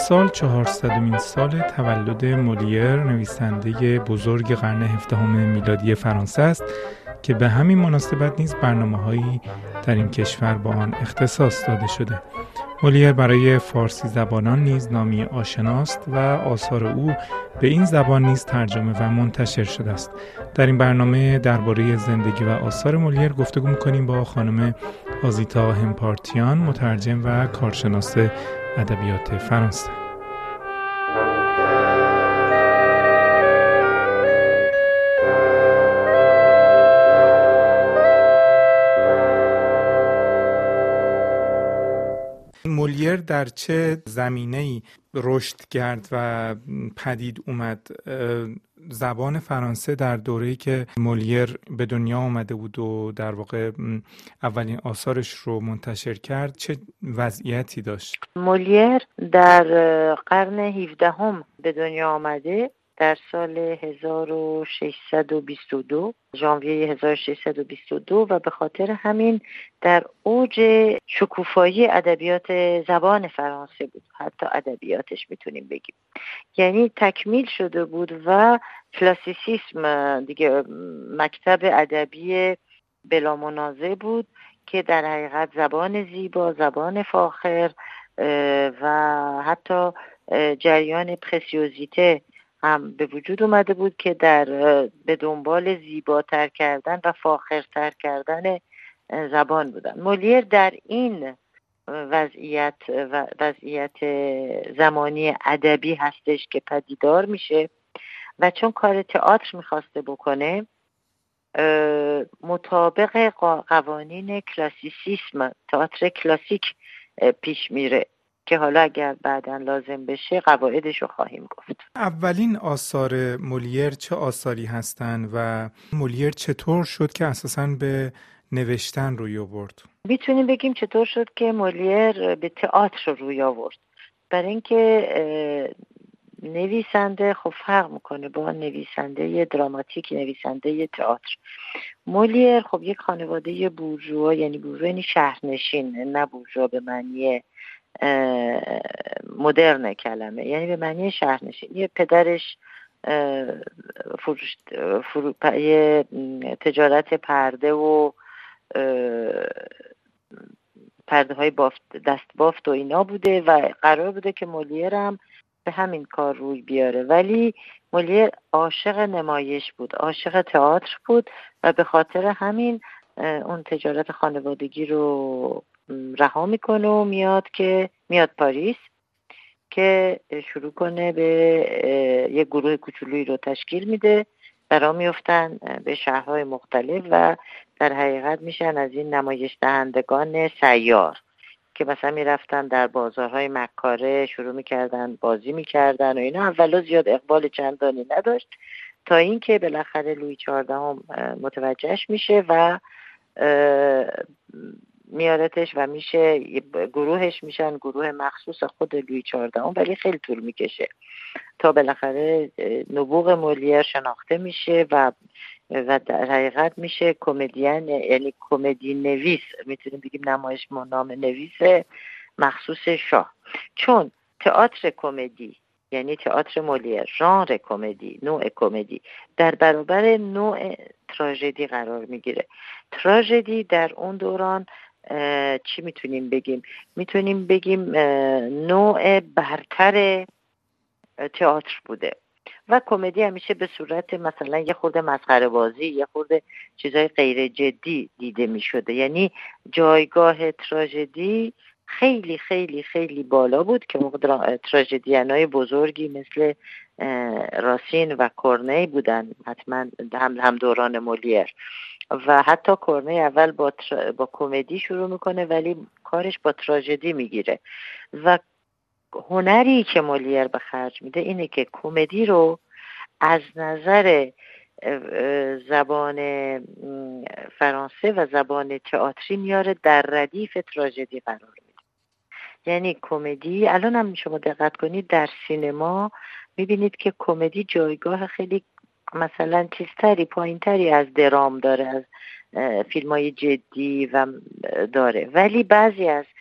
امسال 400مین سال تولد مولیر، نویسنده بزرگ قرن 17 میلادی فرانسه است که به همین مناسبت نیز برنامه‌هایی در این کشور با آن اختصاص داده شده. مولیر برای فارسی زبانان نیز نامی آشناست و آثار او به این زبان نیز ترجمه و منتشر شده است. در این برنامه درباره زندگی و آثار مولیر گفتگو می‌کنیم با خانم آزیتا همپارتیان، مترجم و کارشناس ادبیات فرانسه. مولیر در چه زمینه‌ای رشد کرد و پدید اومد؟ زبان فرانسه در دوره‌ای که مولیر به دنیا آمده بود و در واقع اولین آثارش رو منتشر کرد چه وضعیتی داشت؟ مولیر در قرن 17 به دنیا آمده در سال 1622 ژانویه 1622 و به خاطر همین در اوج شکوفایی ادبیات زبان فرانسه بود، حتی ادبیاتش میتونیم بگیم، یعنی تکمیل شده بود و کلاسیسیسم دیگه مکتب ادبی بلا منازع بود که در حقیقت زبان زیبا، زبان فاخر و حتی جریان پرسیوزیته هم به وجود اومده بود که به دنبال زیباتر کردن و فاخرتر کردن زبان بودن. مولیر در این وضعیت زمانی ادبی هستش که پدیدار میشه و چون کار تئاتر میخواسته بکنه مطابق قوانین کلاسیسیسم تئاتر کلاسیک پیش میره که حالا اگر بعداً لازم بشه قواعدش رو خواهیم گفت. اولین آثار مولیر چه آثاری هستند و مولیر چطور شد که اساساً به نوشتن روی آورد؟ میتونیم بگیم چطور شد که مولیر به تئاتر روی آورد. برای اینکه نویسنده خب فرق میکنه با نویسنده دراماتیک، نویسنده تئاتر. مولیر خب یک خانواده بورژوا، یعنی بورژوا یعنی شهرنشین، نه بورژوا به معنی مدرن کلمه، یعنی به معنی شهرنشین. یه پدرش تجارت پرده و پرده های دست بافت و اینا بوده و قرار بوده که مولیر هم به همین کار روی بیاره، ولی مولیر عاشق نمایش بود، عاشق تئاتر بود و به خاطر همین اون تجارت خانوادگی رو رها میکنه و میاد پاریس که شروع کنه به یک گروه کوچولویی رو تشکیل میده و راه میفتن به شهرهای مختلف و در حقیقت میشن از این نمایش دهندگان سیار که مثلا میرفتن در بازارهای مکاره شروع میکردن بازی میکردن و اینا. اولا زیاد اقبال چندانی نداشت تا اینکه بالاخره لویی 14 متوجهش میشه و میارتش و میشه گروهش میشن گروه مخصوص خود لویی 14 ولی خیلی طول میکشه تا بالاخره نبوغ مولیر شناخته میشه و در حقیقت میشه کمدین، یعنی کمدی نویس، میتونیم بگیم نمایش نام نویس مخصوص شاه. چون تئاتر کمدی یعنی تئاتر مولیر، ژانر کمدی، نوع کمدی در برابر نوع تراژدی قرار میگیره. تراژدی در اون دوران چی میتونیم بگیم؟ میتونیم بگیم نوع برتر تئاتر بوده و کمدی همیشه به صورت مثلا یه خورده مسخره بازی، یه خورده چیزای غیر جدی دیده میشده. یعنی جایگاه تراژدی خیلی خیلی خیلی بالا بود که تراژدیانای بزرگی مثل راسین و کورنی بودن، حتما هم دوران مولیر. و حتی کورنی اول با کمدی شروع میکنه ولی کارش با تراژدی میگیره و هنری که مولیر به خرج میده اینه که کمدی رو از نظر زبان فرانسه و زبان تئاتری میاره در ردیف تراژدی قرار میده. یعنی کمدی الان هم شما دقت کنید در سینما میبینید که کمدی جایگاه خیلی مثلا چیزتری، پایینتری از درام داره، از فیلم‌های جدی و داره، ولی بعضی از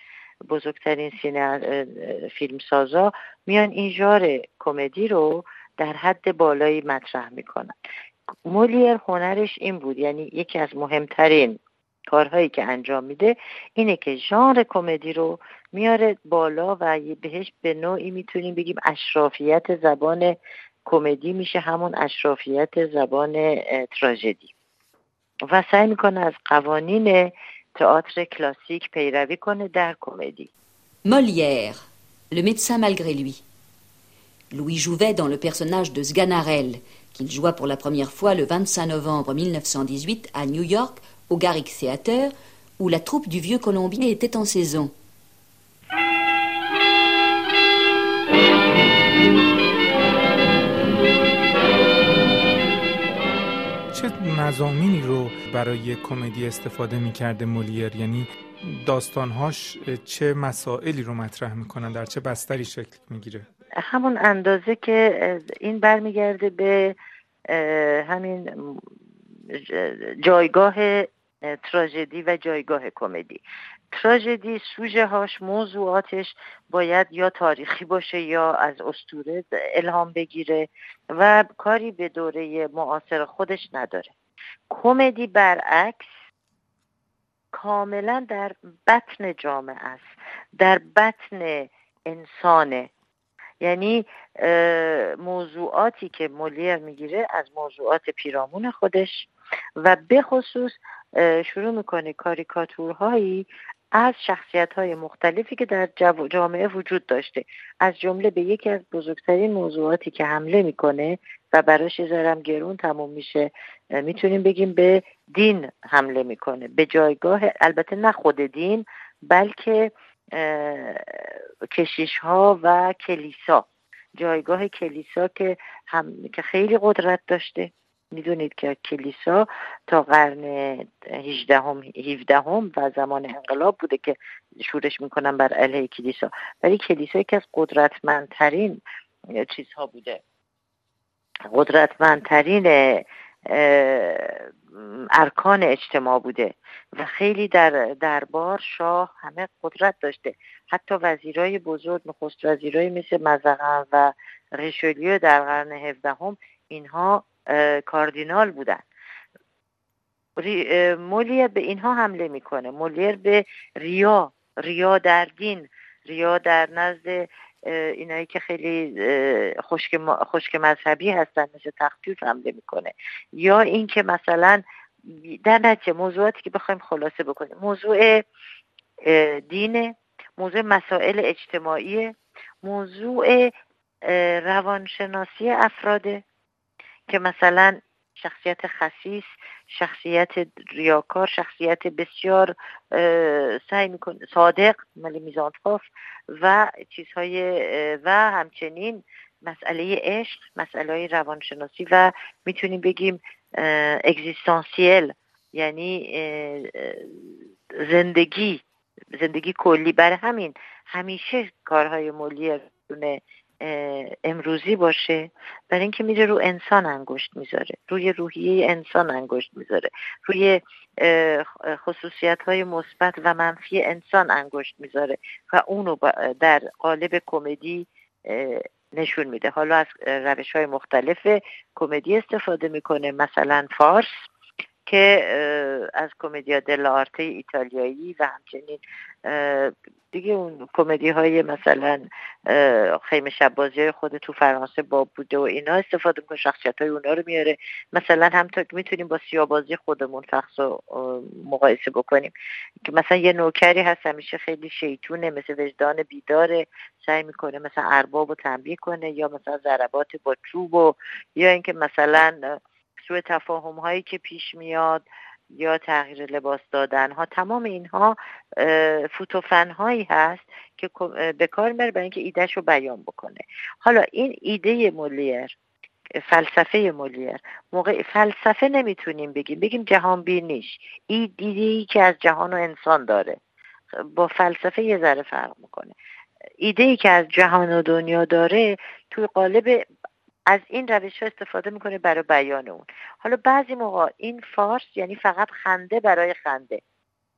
بزرگترین فیلمسازا میان این ژانر کمدی رو در حد بالایی مطرح میکنن. مولیر هنرش این بود، یعنی یکی از مهمترین کارهایی که انجام میده اینه که ژانر کمدی رو میاره بالا و بهش به نوعی میتونیم بگیم اشرافیت زبان کمدی میشه همون اشرافیت زبان تراژدی و سعی میکنه از قوانین تئاتر کلاسیک پیروی کنه در کمدی. Molière, le médecin malgré lui. Louis Jouvet dans le personnage de Sganarelle, qu'il joua pour la première fois le 25 novembre 1918 à New York, au Garrick Theatre, où la troupe du Vieux Colombier était en saison. چه مضامینی رو برای کمدی استفاده می‌کرده مولیر؟ یعنی داستان‌هاش چه مسائلی رو مطرح می‌کنن، در چه بستری شکل می‌گیره؟ همون اندازه که این برمیگرده به همین جایگاه تراژدی و جایگاه کمدی. تراژدی سوژه هاش، موضوعاتش باید یا تاریخی باشه یا از اسطوره الهام بگیره و کاری به دوره معاصر خودش نداره. کمدی برعکس کاملا در بطن جامعه است، در بطن انسانه. یعنی موضوعاتی که مولیر میگیره از موضوعات پیرامون خودش و به خصوص شروع میکنه کاریکاتورهایی از شخصیت‌های مختلفی که در جامعه وجود داشته، از جمله به یکی از بزرگترین موضوعاتی که حمله میکنه و براش زرم گرون تموم میشه میتونیم بگیم به دین حمله میکنه، به جایگاه، البته نه خود دین بلکه کشیش ها و کلیسا، جایگاه کلیسا که خیلی قدرت داشته. میدونید که کلیسا تا قرن 17 و زمان انقلاب بوده که شورش میکنن بر علیه کلیسا، ولی کلیسا یکی از قدرتمندترین چیزها بوده، قدرتمندترین ارکان اجتماع بوده و خیلی در دربار شاه همه قدرت داشته. حتی وزیرای بزرگ، نخست وزیرای مثل مزغن و ریشلیو در قرن 17 اینها کاردینال بودن. مولیر به اینها حمله میکنه. مولیر به ریا در دین، ریا در نزد اینایی که خیلی خشک مذهبی هستن مثل تخفیف حمله میکنه، یا این که مثلا در نتیجه موضوعاتی که بخوایم خلاصه بکنیم، موضوع دینه، موضوع مسائل اجتماعی، موضوع روانشناسی افراده که مثلا شخصیت خسیس، شخصیت ریاکار، شخصیت بسیار سعی میکنه صادق، ملی میزانتروف و چیزهای و همچنین مسئله عشق، مسئله روانشناسی و میتونیم بگیم اگزیستانسیل، یعنی زندگی کلی. برای همین همیشه کارهای مولیر امروزی باشه، برای اینکه میره رو انسان انگشت میذاره، روی روحیه انسان انگشت میذاره، روی خصوصیت‌های مثبت و منفی انسان انگشت میذاره و اونو در قالب کمدی نشون میده. حالا از روش‌های مختلف کمدی استفاده میکنه، مثلا فارس که از کمدیا دل‌آرته ایتالیایی و همچنین دیگه اون کمدی های مثلا خیمه شب‌بازی های خود تو فرانسه باب بوده و اینا استفاده میکنه، شخصیت های اونا رو میاره. مثلا همونطور که میتونیم با سیاه‌بازی خودمون فحص و مقایسه بکنیم که مثلا یه نوکری هست همیشه خیلی شیطونه، مثل وجدان بیداره، سعی میکنه مثلا ارباب رو تنبیه کنه، یا مثلا ضربات با چوب، و یا اینکه مثلا سوء تفاهم هایی که پیش میاد یا تغییر لباس دادن ها، تمام اینها فوتوفن هایی هست که به کار میبره برای اینکه ایدهش رو بیان بکنه. حالا این ایده مولیر، فلسفه مولیر، موقع فلسفه نمیتونیم بگیم جهان بینیش، ایده‌ای که از جهان و انسان داره، با فلسفه یه ذره فرق میکنه. ایده‌ای که از جهان و دنیا داره توی قالب از این روش ها استفاده میکنه برای بیان اون. حالا بعضی موقع این فارس یعنی فقط خنده برای خنده،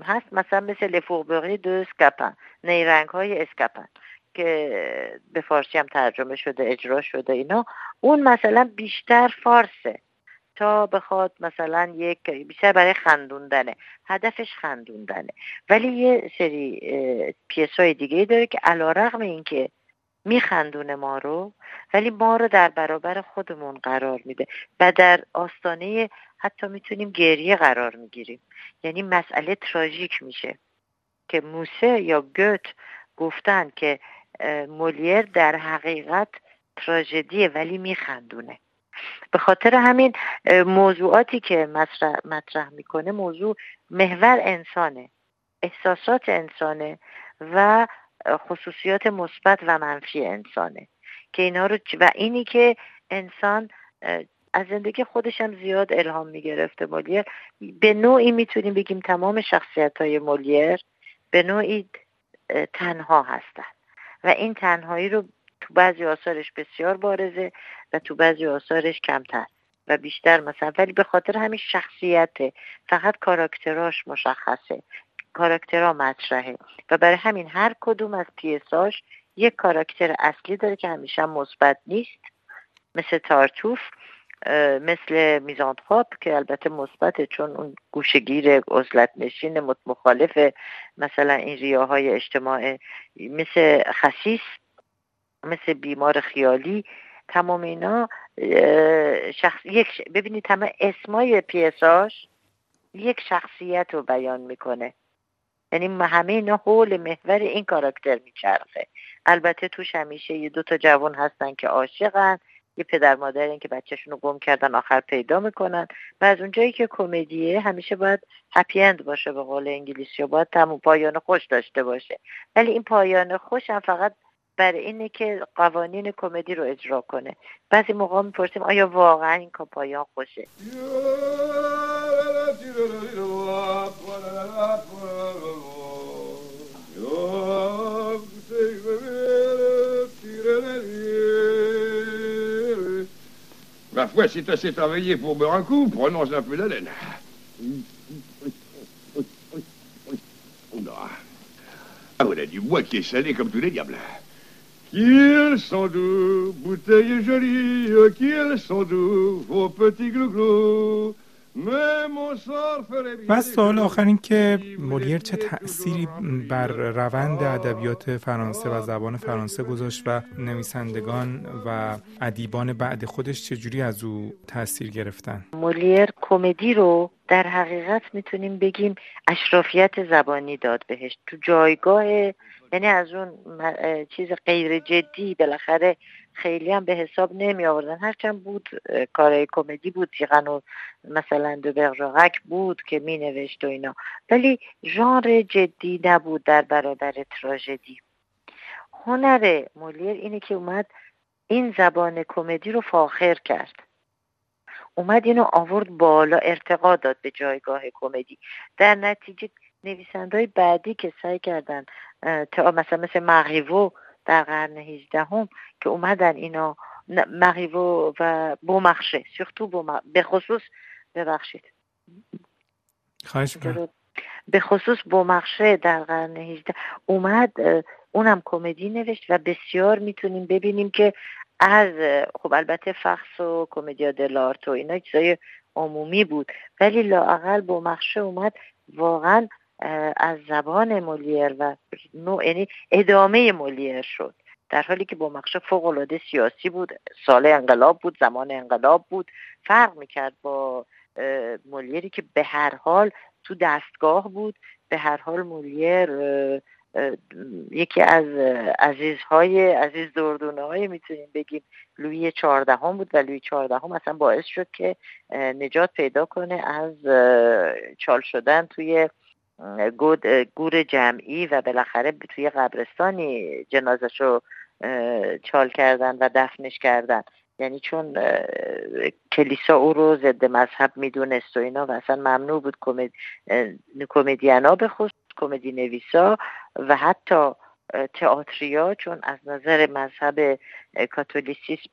هست، مثلا مثل لفوربری دو اسکاپن، نیرنگ های اسکاپن که به فارسی هم ترجمه شده، اجرا شده اینا. اون مثلا بیشتر فارسه تا بخواد مثلا بیشتر برای خندوندنه، هدفش خندوندنه. ولی یه سری پیسای دیگه داره که علیرغم این که میخندونه ما رو، ولی ما رو در برابر خودمون قرار میده و در آستانه حتی میتونیم گریه قرار میگیریم. یعنی مسئله تراژیک میشه که موسه یا گوت گفتن که مولیر در حقیقت تراژدیه ولی میخندونه. به خاطر همین موضوعاتی که مطرح میکنه موضوع محور انسانه، احساسات انسانه و خصوصیات مثبت و منفی انسانه که اینا رو و اینی که انسان از زندگی خودش هم زیاد الهام میگرفته. مولیر به نوعی میتونیم بگیم تمام شخصیت‌های مولیر به نوعی تنها هستن و این تنهایی رو تو بعضی آثارش بسیار بارزه و تو بعضی آثارش کمتر و بیشتر مثلا. ولی به خاطر همین شخصیته، فقط کاراکتراش مشخصه، کاراکترها مطرحه و برای همین هر کدوم از پیساش یک کاراکتر اصلی داره که همیشه مثبت نیست، مثل تارتوف، مثل میزانتروپ که البته مثبته چون اون گوشه‌گیر عزلت نشین مخالف مثلا این ریاهای اجتماع، مثل خسیس، مثل بیمار خیالی. تمام اینا ببینید همه اسمای پیساش یک شخصیت رو بیان میکنه، یعنی همه اینا حول محور این کاراکتر میچرخه. البته توش همیشه یه دو تا جوان هستن که عاشقن، یه پدر مادرین که بچه‌شون رو گم کردن آخر پیدا میکنن و از اونجایی که کمدیه همیشه باید هپی اند باشه به قول انگلیسی، باید تمام پایان خوش داشته باشه. ولی این پایان خوش هم فقط برای اینه که قوانین کمدی رو اجرا کنه. بعضی موقع میپرسیم آیا واقعا این پایان خوشه؟ Ma foi, c'est assez travaillé pour boire un coup. Prononce un peu d'haleine. Ah, voilà du bois qui est salé comme tous les diables. Qu'ils sont doux, bouteilles jolies, qu'ils sont doux, vos petits glouglous. و سوال آخر این که مولیر چه تأثیری بر روند ادبیات فرانسه و زبان فرانسه گذاشت و نویسندگان و ادیبان بعد خودش چجوری از او تأثیر گرفتن؟ مولیر کمدی رو در حقیقت میتونیم بگیم اشرافیت زبانی داد بهش، تو جایگاه، یعنی از اون چیز غیر جدی بالاخره خیلی هم به حساب نمی آوردن. هرچند بود کارهای کمدی بود، تیغن و مثلا دو برژاقک بود که می نوشت و اینا، ولی ژانر جدی نبود در برابر تراژدی. هنر مولیر اینه که اومد این زبان کمدی رو فاخر کرد، اومد اینو آورد بالا، ارتقا داد به جایگاه کمدی. در نتیجه نویسنده‌های بعدی که سعی کردن مثل ماریوو در قرن 18 که اومدن اینا، ماریوو و بومارشه به خصوص ببخشید خواهش می‌کنم، به خصوص بومارشه در قرن 18 اومد، اونم کمدی نوشت و بسیار میتونیم ببینیم که از خب البته فخس و کمدیا دلارت و اینا چیزای عمومی بود، ولی لااقل بومارشه اومد واقعا از زبان مولیر و یعنی ادامه مولیر شد، در حالی که بومارشه فوق‌العاده سیاسی بود، سال انقلاب بود، زمان انقلاب بود، فرق میکرد با مولیری که به هر حال تو دستگاه بود. به هر حال مولیر یکی از عزیز دردونه‌های میتونیم بگیم لویی 14 بود و لویی 14 مثلا باعث شد که نجات پیدا کنه از چال شدن توی گور جمعی و بالاخره توی قبرستانی جنازه‌شو چال کردن و دفنش کردن، یعنی چون کلیسا او رو ضد مذهب میدونست و اینا و اصلا ممنوع بود کمدیانا به خصوص کمدی نویسا و حتی تئاتریا، چون از نظر مذهب کاتولیسیسم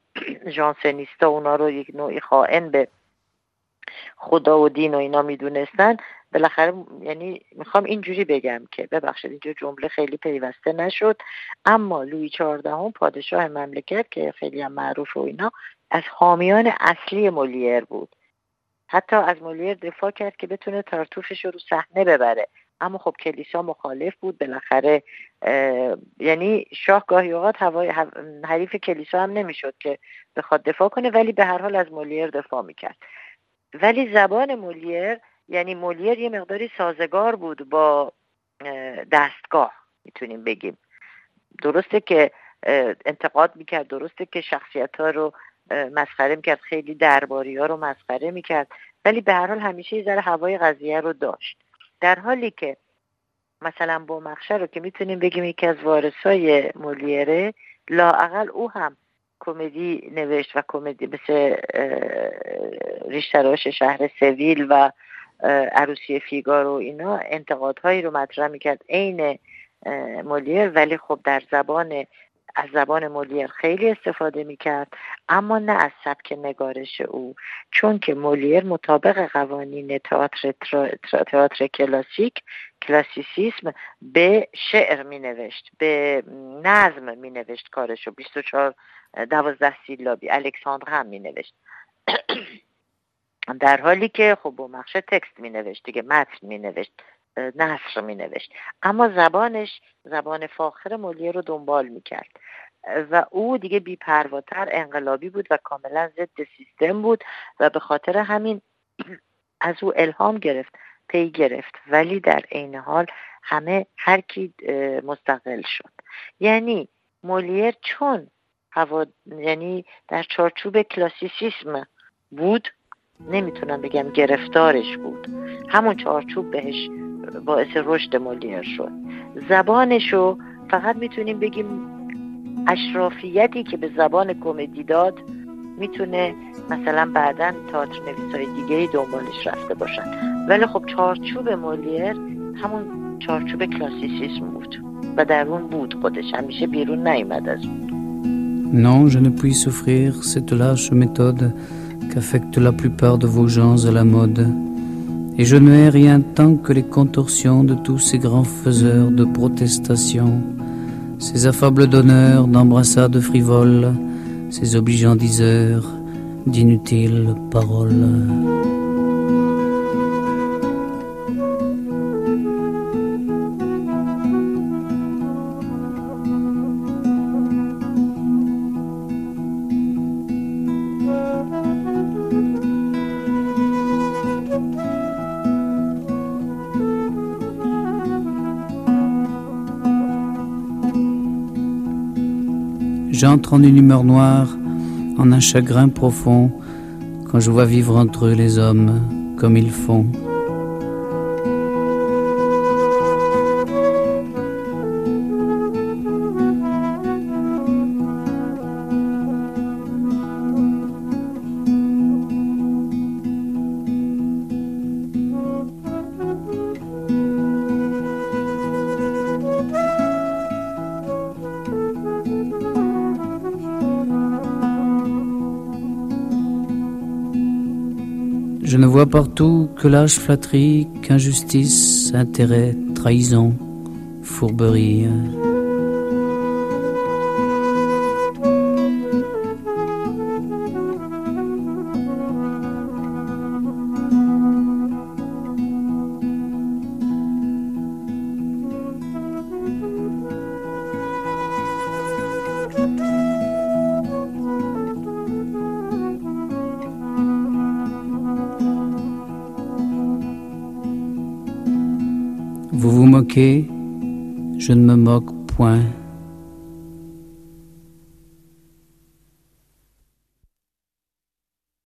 ژانسنیستا اونا رو یک نوعی خائن به خدا و دین و اینا میدونستن، بالاخره یعنی میخوام اینجوری بگم که ببخشید اینجا جمله خیلی پیوسته نشد، اما لویی 14 پادشاه مملکت که خیلی هم معروف و اینا از حامیان اصلی مولیر بود. حتی از مولیر دفاع کرد که بتونه تارتوفش رو صحنه ببره، اما خب کلیسا مخالف بود. بالاخره یعنی شاه گاهی اوقات حریف کلیسا هم نمیشد که بخواد دفاع کنه، ولی به هر حال از مولیر دفاع میکرد. ولی زبان مولیر، یعنی مولیر یه مقداری سازگار بود با دستگاه، میتونیم بگیم. درسته که انتقاد میکرد، درسته که شخصیت‌ها رو مسخره میکرد، خیلی درباری‌ها رو مسخره میکرد، ولی به هر حال همیشه یه ذره هوای قضیه رو داشت. در حالی که مثلا بومخشه رو که میتونیم بگیم یکی از وارثای مولیره، لااقل او هم کمدی نوشت و کمدی مثل ریش تراش شهر سویل و عروسی فیگارو اینا انتقادهایی رو مطرح میکرد عین مولیر، ولی خب از زبان مولیر خیلی استفاده میکرد، اما نه از سبک نگارش او، چون که مولیر مطابق قوانین تئاتر کلاسیسیسم به شعر مینوشت، به نظم مینوشت کارشو، 12 سیلابی. الکساندر هم مینوشت در حالی که خب بومخشه تکست مینوشت دیگه، متن مینوشت، نثر مینوشت، اما زبانش زبان فاخر مولیر رو دنبال میکرد و او دیگه بی‌پرواتر انقلابی بود و کاملا ضد سیستم بود و به خاطر همین از او الهام گرفت، پی گرفت، ولی در عین حال هر کی مستقل شد. یعنی مولیر چون یعنی در چارچوب کلاسیسیسم بود، نمیتونم بگم گرفتارش بود، همون چارچوب بهش باعث رشد مولیر شد. زبانشو فقط میتونیم بگیم اشرافیتی که به زبان کمدی داد میتونه مثلا بعداً تئاتر نویسای دیگه‌ای دنبالش رفته باشن، ولی خب چارچوب مولیر همون چارچوب کلاسیسیسم بود و در اون بود، خودش همیشه بیرون نیامد از اون. Non, je ne puis souffrir cette lâche méthode qu'affectent la plupart de vos gens à la mode. Et je ne hais rien tant que les contorsions de tous ces grands faiseurs de protestations, ces affables donneurs d'embrassades frivoles, ces obligeants diseurs d'inutiles paroles. J'entre en une humeur noire, en un chagrin profond, quand je vois vivre entre eux les hommes comme ils font. Je ne vois partout que lâche flatterie, qu'injustice, intérêt, trahison, fourberie. Vous vous moquez, je ne me moque point.